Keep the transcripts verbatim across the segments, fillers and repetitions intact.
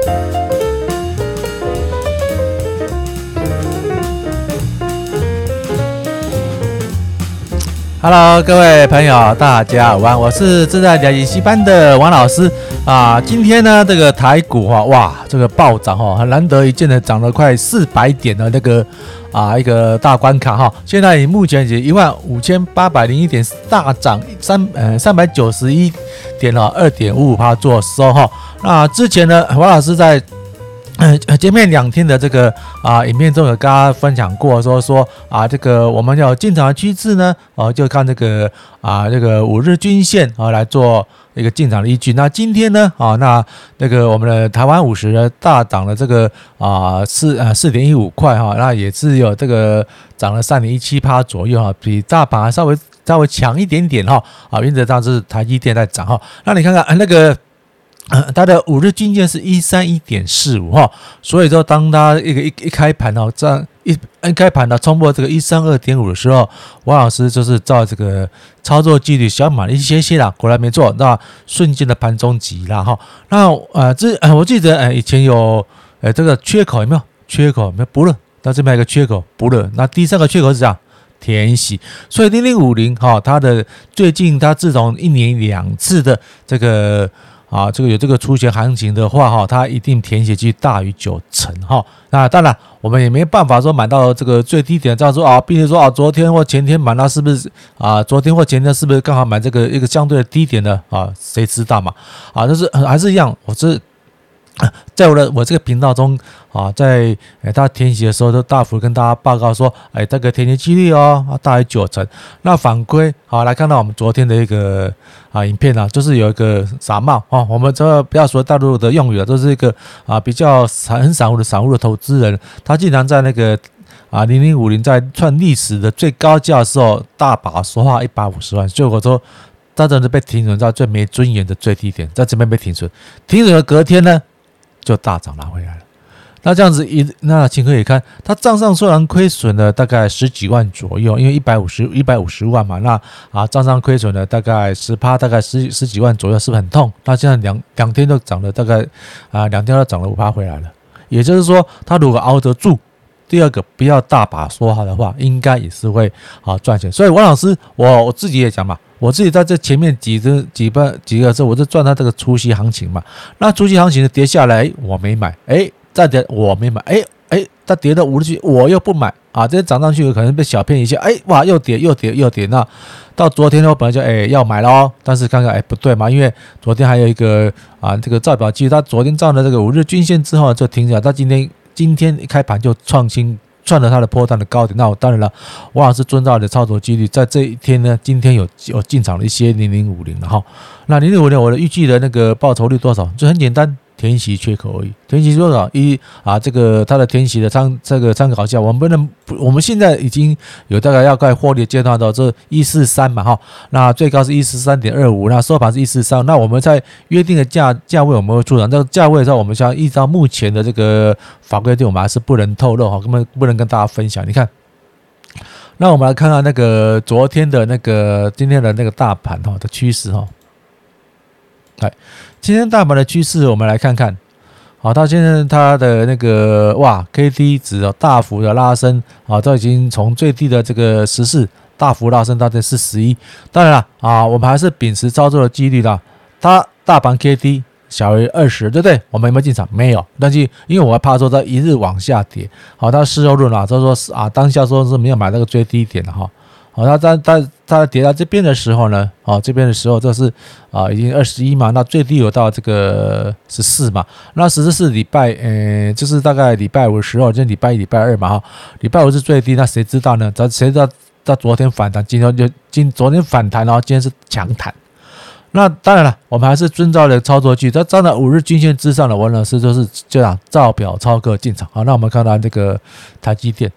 Hello， 各位朋友，大家午安，我是正在研习班的王老师啊。今天呢，这个台股哈，哇，这个暴涨哈，很难得一见的涨了快四百点的那个啊一个大关卡哈。现在目前是一万五千八百零一点，大涨三呃三百九十一点了，二点五五趴做收哈。那之前呢，王老师在呃，前面两天的这个啊影片中有跟大家分享过，说说啊这个我们要进场的趋势呢，哦、啊、就看这个啊这个五日均线啊来做一个进场的依据。那今天呢啊那那个我们的台湾五十呢大涨了这个啊四啊四点一五块哈，那也是有这个涨了三点一七趴左右哈，比大盘还稍微稍微强一点点哈啊，原则上是台积电在涨哈。那你看看那个。呃，它的五日均线是一三一点四五哈，所以说当它一个一一开盘哦，这样一一开盘呢冲破这个一三二点五的时候，王老师就是照这个操作纪律小买了一些些啦，果然没错，那瞬间的盘中急啦哈。那呃这呃我记得呃以前有呃这个缺口有没有？缺口有没有补了？那这边有一个缺口补了，那第三个缺口是这样。填息，所以零零五零哈，它的最近它自从一年两次的这个啊，这个有这个出现行情的话哈，它一定填息几率大于九成哈。那当然，我们也没办法说买到这个最低点，这样说啊，比如说啊，昨天或前天买到是不是啊？昨天或前天是不是刚好买这个一个相对的低点呢？啊，谁知道嘛？啊，就是还是一样，我是。在我的我这个频道中啊，在诶它填息的时候，都大幅跟大家报告说，哎，这个填息几率哦，大于九成。那反归好来看到我们昨天的一个啊影片啊，就是有一个傻帽啊，我们这不要说大陆的用语了，都是一个啊比较很散户的散户的投资人，他竟然在那个啊零零五零在创历史的最高价的时候，大把说话一百五十万，结果说。他真的被停损到最没尊严的最低点，在这边被停损，停损的隔天呢，就大涨拿回来了。那这样子一，那请可以看，他账上虽然亏损了大概十几万左右，因为一百五十一百五十万嘛，那啊账上亏损了大概十趴，大概十十几万左右，是不是很痛？那现在两两天都涨了大概啊两天都涨了五趴回来了，也就是说，他如果熬得住。第二个，不要大把说话的话，应该也是会啊赚钱。所以王老师，我我自己也讲嘛，我自己在这前面几个几半几个字，我是赚他这个除息行情嘛。那除息行情跌下来，我没买，哎，再跌我没买，哎哎，它跌到五日线，我又不买啊，这涨上去有可能被小骗一下，哎哇，又跌又跌又跌。那到昨天呢，我本来就哎要买了哦，但是看看哎不对嘛，因为昨天还有一个啊这个造表机，它昨天照了这个五日均线之后就停下来，它今天。今天一开盘就创新创了它的波段的高点，那我当然了，王老师遵照的操作纪律，在这一天呢，今天有有进场了一些零零五零了哈。那零零五零我的预计的那个报酬率多少？就很简单，填息缺口而已。填息多少？一啊，这个它的填息的参这个参考价，我们不能，我们现在已经有大概要快获利的阶段到这一四三嘛哈。那最高是一四三点二五，那收盘是一四三。那我们在约定的价价位我们会出场，这个价位的时候，我们想依照目前的这个法规定，我们还是不能透露哈，根本不能跟大家分享。你看。那我们来看看那个昨天的那个今天的那个大盘哈的趋势哈。来，今天大盘的趋势我们来看看。好，到现在它的那个哇 ，K D 值哦大幅的拉升，啊，都已经从最低的这个十四大幅拉升到这是十一。当然了啊，我们还是秉持操作的纪律的，它大盘 K D 小于二十，对不对？我们有没有进场？没有，但是因为我怕说它一日往下跌，好，它事后论啊，就说啊，当下说是没有买那个最低点的哈。好，它它它它跌到这边的时候呢，哦，这边的时候这是啊已经二十一嘛，那最低有到这个十四嘛，那十四是礼拜，呃，就是大概礼拜五的时候，就礼拜一、礼拜二嘛哈，礼拜五是最低，那谁知道呢？咱谁知道到昨天反弹，今天就今昨天反弹，然后今天是强弹。那当然了，我们还是遵照了操作纪律，在站在五日均线之上的王老师就是这样照表操课进场。好，那我们看到这个台积电。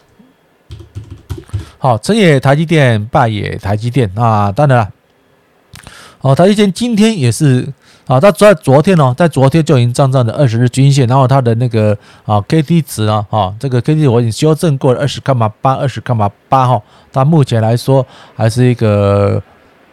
好，成也台积电，败也台积电。那当然了，哦，台积电今天也是啊，它在昨天哦，在昨天就已经站上了二十日均线，然后它的那个啊 K D 值啊，啊这个 K D 我已经修正过了二十点八，二十点八哈，它目前来说还是一个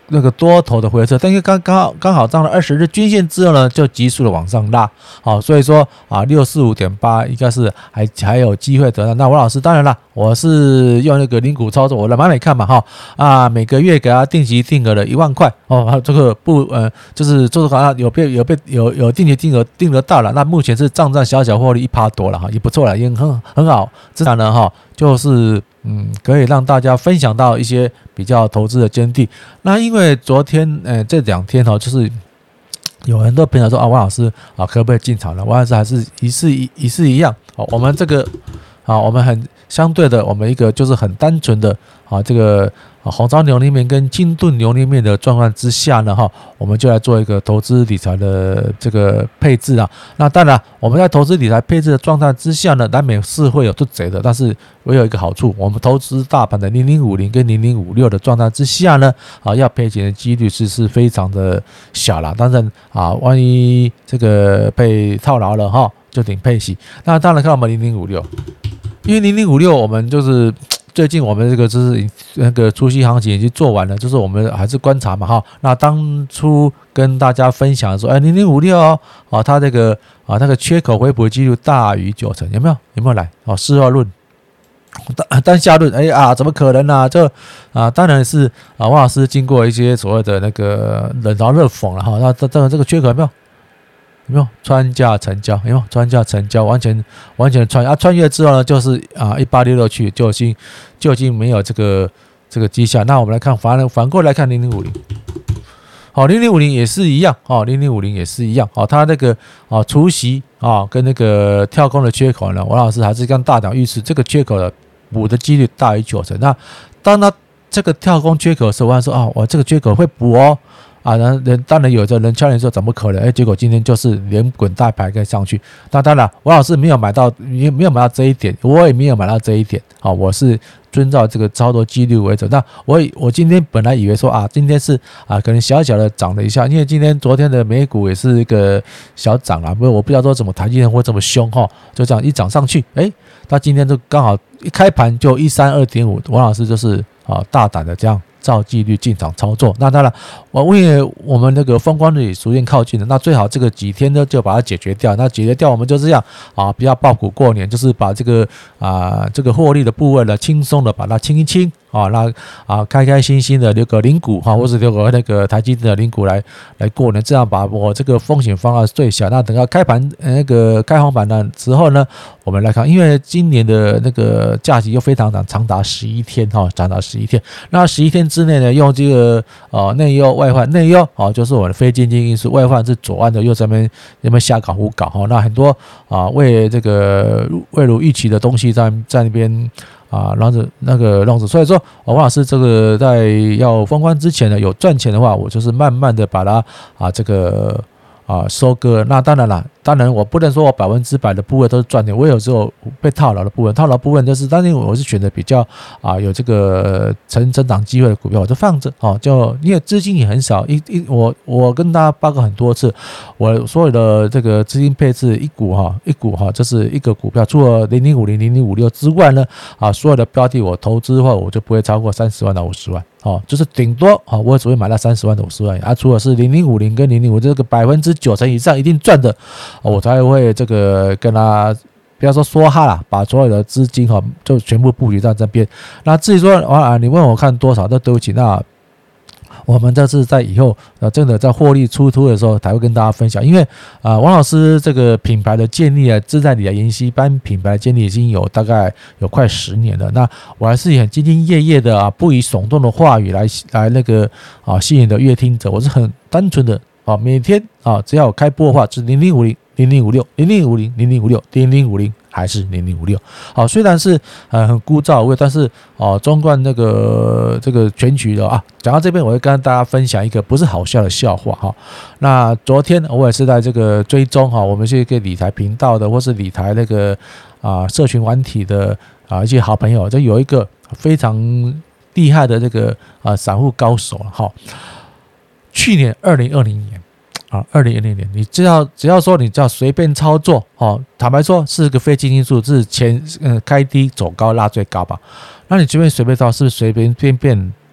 那个多头的回撤，但是刚刚好刚好涨了二十日均线之后呢，就急速的往上拉，好，所以说啊六四五点八应该是还还有机会得到。那王老师当然啦，我是用那个零股操作，我来买买看嘛哈啊，每个月给他定期定额的一万块哦，这个不呃就是就是好像有被有被有有定期定额定额到了，那目前是账账小小获利一趴多了哈，也不错了，也很很好。自然呢哈，就是嗯可以让大家分享到一些比较投资的坚地。那因为昨天呃这两天哈，就是有很多朋友说啊，王老师啊可不可以进场了？王老师还是一式一一式一样，哦，我们这个啊我们很相对的，我们一个就是很单纯的啊这个。红烧牛肉面跟清炖牛肉面的状况之下呢，哈，我们就来做一个投资理财的这个配置啊。那当然，我们在投资理财配置的状态之下呢，难免是会有出贼的。但是我有一个好处，我们投资大盘的零零五零跟零零五六的状态之下呢，啊，要赔钱的几率是是非常的小啦。当然啊，万一这个被套牢了哈，就顶配息。那当然看我们零零五六，因为零零五六我们就是。最近我们这个就是那个除夕行情已经做完了，就是我们还是观察嘛哈。那当初跟大家分享说，哎，零零五六哦，啊，它这个啊那个缺口回补的几率大于九成，有没有？有没有来？哦，事后论，当当下论，哎啊，怎么可能啊？这啊，当然是啊，王老师经过一些所谓的那个冷嘲热讽了哈。那这这这个缺口有没有？有没有穿价成交？有没有穿价成交？完全完全穿啊！穿越之后呢，就是啊一八六六去就已经就已经没有这个这个迹象。那我们来看反反过来看零零五零，好，零零五零也是一样哦，零零五零也是一样哦。它那个啊除息啊跟那个跳空的缺口呢，王老师还是跟大胆预示，这个缺口的补的几率大于九成。那当它这个跳空缺口的时候，我说啊，我这个缺口会补哦。啊，人当然有的人敲人说怎么可能？哎，结果今天就是连滚带爬跟上去。那当然，王老师没有买到，也没有买到这一点，我也没有买到这一点。好，我是遵照这个操作纪律为准。那我我今天本来以为说啊，今天是啊，可能小小的涨了一下，因为今天昨天的美股也是一个小涨啊，不过我不知道说怎么台积电会这么凶哈，就这样一涨上去，哎，它今天就刚好一开盘就一三二点五，王老师就是啊大胆的这样。照纪律进场操作，那当然，我因为我们那个封关日逐渐靠近了，那最好这个几天呢就把它解决掉。那解决掉，我们就这样啊，不要抱股过年，就是把这个啊这个获利的部位呢，轻松的把它清一清啊，那啊开开心心的留个零股哈，或者留个那个台积电的零股来来过年，这样把我这个风险放到最小。那等到开盘那个开红盘的时候呢，我们来看，因为今年的那个假期又非常长，长达十一天哈，长达十一天。那十一天之内呢，用这个呃内忧外患，内忧啊就是我的非经济因素，外患是左岸的又在那边那边瞎搞胡搞哈。那很多啊为这个未如预期的东西在在那边。啊，让着那个让着，所以说，王老师这个在要封关之前呢，有赚钱的话，我就是慢慢的把它啊这个啊收割。那当然了，当然我不能说我百分之百的部位都是赚钱，我有时候被套牢的部分，套牢部分就是，当然我是选择比较啊有这个成增长机会的股票，我就放着哦，就因为资金也很少，一一我我跟大家报告很多次，我所有的这个资金配置一股哈一股哈，就是一个股票，除了零零五零零零五六之外呢，啊所有的标的我投资的话，我就不会超过三十万到五十万。哦，就是顶多啊，我只会买到三十万到五十万啊。除了是零零五零跟零零五这个百分之九成以上一定赚的，我才会这个跟他不要说说哈啦，把所有的资金哈就全部布局在这边。那至于说啊，你问我看多少，那对不起，那我们这次在以后呃真的在获利出突的时候才会跟大家分享，因为啊、呃、王老师这个品牌的建立啊，自在理财研习班品牌的建立已经有大概有快十年了。那我还是很兢兢业业的啊，不以耸动的话语来来那个啊吸引的乐听者，我是很单纯的啊，每天啊只要有开播的话，就是零零五零零零五六零零五零零零五六零零五零。还是零零五六，好，虽然是呃很枯燥无味，但是哦，纵观那个这个全局的啊，讲到这边，我会跟大家分享一个不是好笑的笑话哈。那昨天我也是在这个追踪哈，我们是一个理财频道的，或是理财那个啊社群软体的啊一些好朋友，这有一个非常厉害的这个啊散户高手哈。去年二零二零年。啊，二零二零年，你只要只要说你只要随便操作，哦，坦白说是个非经济因素，是前呃开低走高拉最高吧？那你随便随便操，是不是随便便便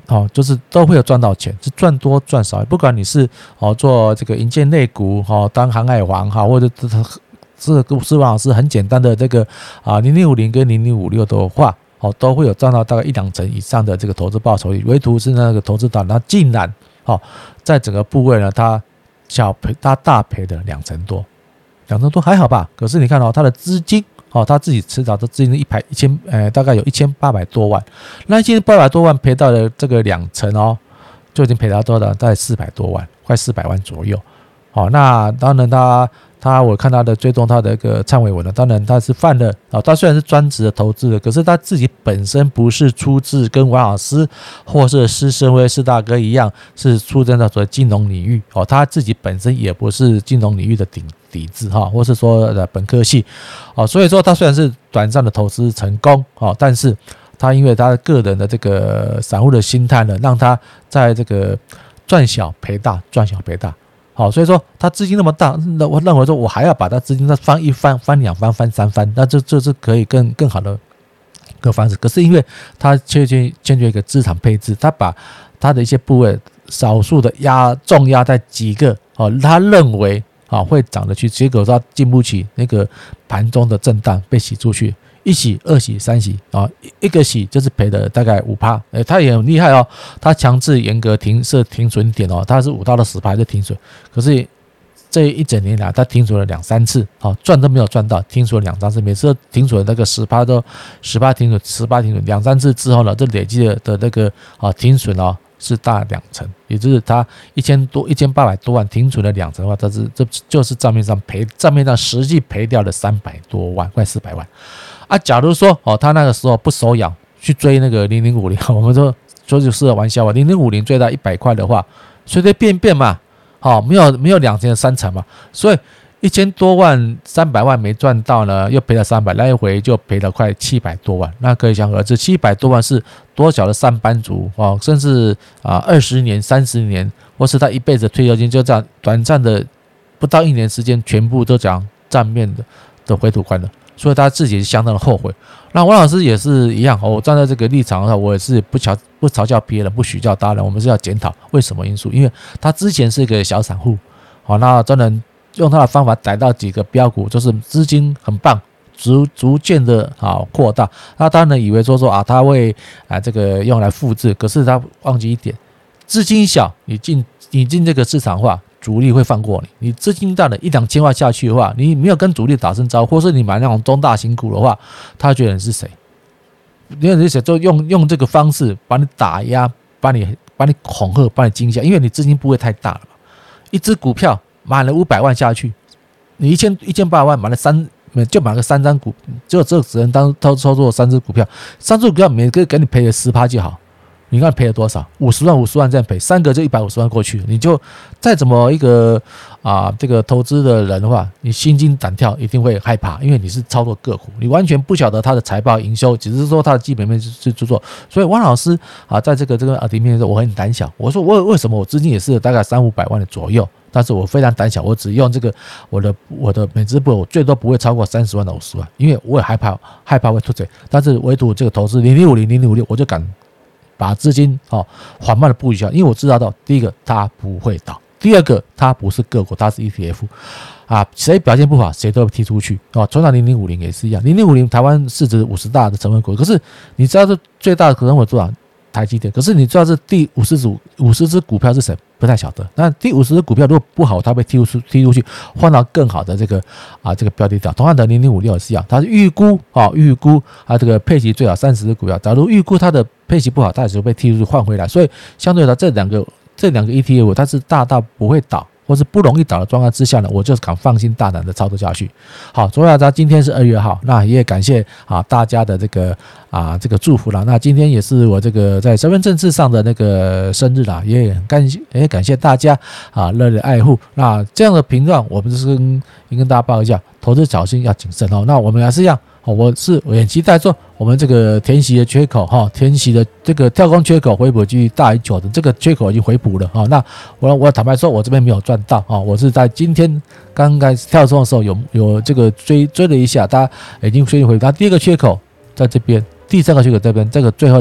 哦，就是都会有赚到钱，是赚多赚少，不管你是哦做这个营建类股，哦当航海王哈，或者是是王老师很简单的这个啊零零五零跟零零五六的话，哦都会有赚到大概一两成以上的这个投资报酬率。唯独是那个投资党，它竟然哦在整个部位呢，它小赔，它大赔的两成多，两成多还好吧？可是你看哦，它的资金。哦，他自己持有的资金一百一千，呃，大概有一千八百多万，那一千八百多万赔到了这个两成哦，就已经赔到多少？大概四百多万，快四百万左右。好、哦，那当然他他我看他的追踪他的一个忏悔文了，当然他是犯了啊、哦，他虽然是专职的投资的，可是他自己本身不是出自跟王老师或是施昇辉施大哥一样，是出身到所谓金融领域哦，他自己本身也不是金融领域的顶。底子哈，或是说的本科系，哦，所以说他虽然是短暂的投资成功，哦，但是他因为他个人的这个散户的心态呢，让他在这个赚小赔大，赚小赔大，好，所以说他资金那么大，那我认为说我还要把他资金再翻一翻，翻两翻，翻三翻，那这这是可以更更好的个方式。可是因为他欠缺欠缺一个资产配置，他把他的一些部位少数的压重压在几个，哦，他认为。啊，会涨得去，结果它经不起那个盘中的震荡，被洗出去，一洗、二洗、三洗啊，一个洗就是赔了大概五趴，哎，他也很厉害哦，他强制严格停设停损点哦，他是五到了十趴就停损，可是这一整年来他停损了两三次，好赚都没有赚到，停损了两三次，每次都停损那个十趴都十趴停损，十趴停损两三次之后呢，这累计的的那个啊停损哦。是大两成，也就是他一千多一千八百多万停存了两成的话，这是这就是账面上赔，账面上实际赔掉了三百多万，快四百万啊！假如说哦，他那个时候不手痒去追那个零零五零，我们说说就是玩笑话，零零五零追到一百块的话，随随便便嘛，好、哦、没有没有两成的三成嘛，所以。一千多万，三百万没赚到呢，又赔了三百，来回就赔了快七百多万。那可以想而知，七百多万是多少的上班族哦，甚至啊二十年、三十年，或是他一辈子退休金，就这样短暂的不到一年时间，全部都讲账面的的回吐关了。所以他自己相当的后悔。那王老师也是一样，我站在这个立场上，我也是不嘲不嘲笑别人，不许教他人，我们是要检讨为什么因素，因为他之前是一个小散户，好，那真的。用他的方法逮到几个标股，就是资金很棒，逐逐渐的啊扩大。那当然以为说说啊，他会啊这个用来复制，可是他忘记一点，资金小，你进你进这个市场化，主力会放过你。你资金大了一两千万下去的话，你没有跟主力打声招呼，或是你买那种中大型股的话，他觉得你是谁？你是谁？就用用这个方式把你打压，把你把你恐吓，把你惊吓，因为你资金部位太大了嘛，一只股票。买了五百万下去，你一千一千八百万买了三，就买个三张股，就这只能当操操作三只股票，三只股票每个给你赔了十趴就好，你看赔了多少？五十万五十万这样赔，三个就一百五十万过去，你就再怎么一个啊这个投资的人的话，你心惊胆跳，一定会害怕，因为你是操作个股，你完全不晓得它的财报营收，只是说它的基本面是去做。所以汪老师啊，在这个这个啊里面的时候，我很胆小，我说我为什么我资金也是大概三五百万的左右。但是我非常胆小，我只用这个我的我的每只部我最多不会超过三十万到五十万，因为我也害怕害怕会脱水。但是唯独这个投资零零五零零零五六，我就敢把资金哦缓慢的布局下，因为我知道到第一个它不会倒，第二个它不是个股，它是 E T F 啊，谁表现不好谁都会踢出去哦。传统零零五零也是一样，零零五零台湾市值五十大的成分股，可是你知道这最大的成分股多少？台积电，可是你知道这第五十组五十只股票是谁？不太晓得。那第五十只股票如果不好，它被踢出踢出去，换到更好的这个啊这个标的掉。同样的零零五六也是一样，它是预估啊预估啊这个配息最好三十只股票，假如预估它的配息不好，它也是被踢出去换回来。所以相对的这两个这两个 E T F 它是大大不会倒。或是不容易倒的状况之下呢，我就敢放心大胆的操作下去。好，所以大家今天是二月号，那也感谢啊大家的这个啊这个祝福啦。那今天也是我这个在身份证字上的那个生日啦，也很感谢也感谢大家啊热烈爱护。那这样的评论，我们就是跟跟大家报一下，投资小心要谨慎哦。那我们还是一样。我是很期待说我们这个填息的缺口哈，填息的这个跳空缺口回补距离大于九的这个缺口已经回补了哈。那我我坦白说，我这边没有赚到啊，我是在今天刚开始跳空的时候有有这个追追了一下，大家已经追回补。它第一个缺口在这边，第三个缺口这边，这个最后的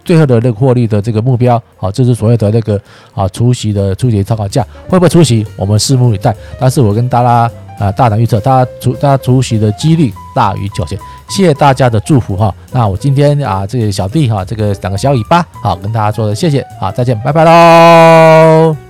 最后的那个获利的这个目标，好，这是所谓的那个啊除息的除息参考价，会不会除息，我们拭目以待。但是我跟大家啊大胆预测，大家除大家除息的几率大于九成。谢谢大家的祝福哈。那我今天啊这个小弟哈这个两个小尾巴好跟大家说的谢谢，好再见，拜拜喽。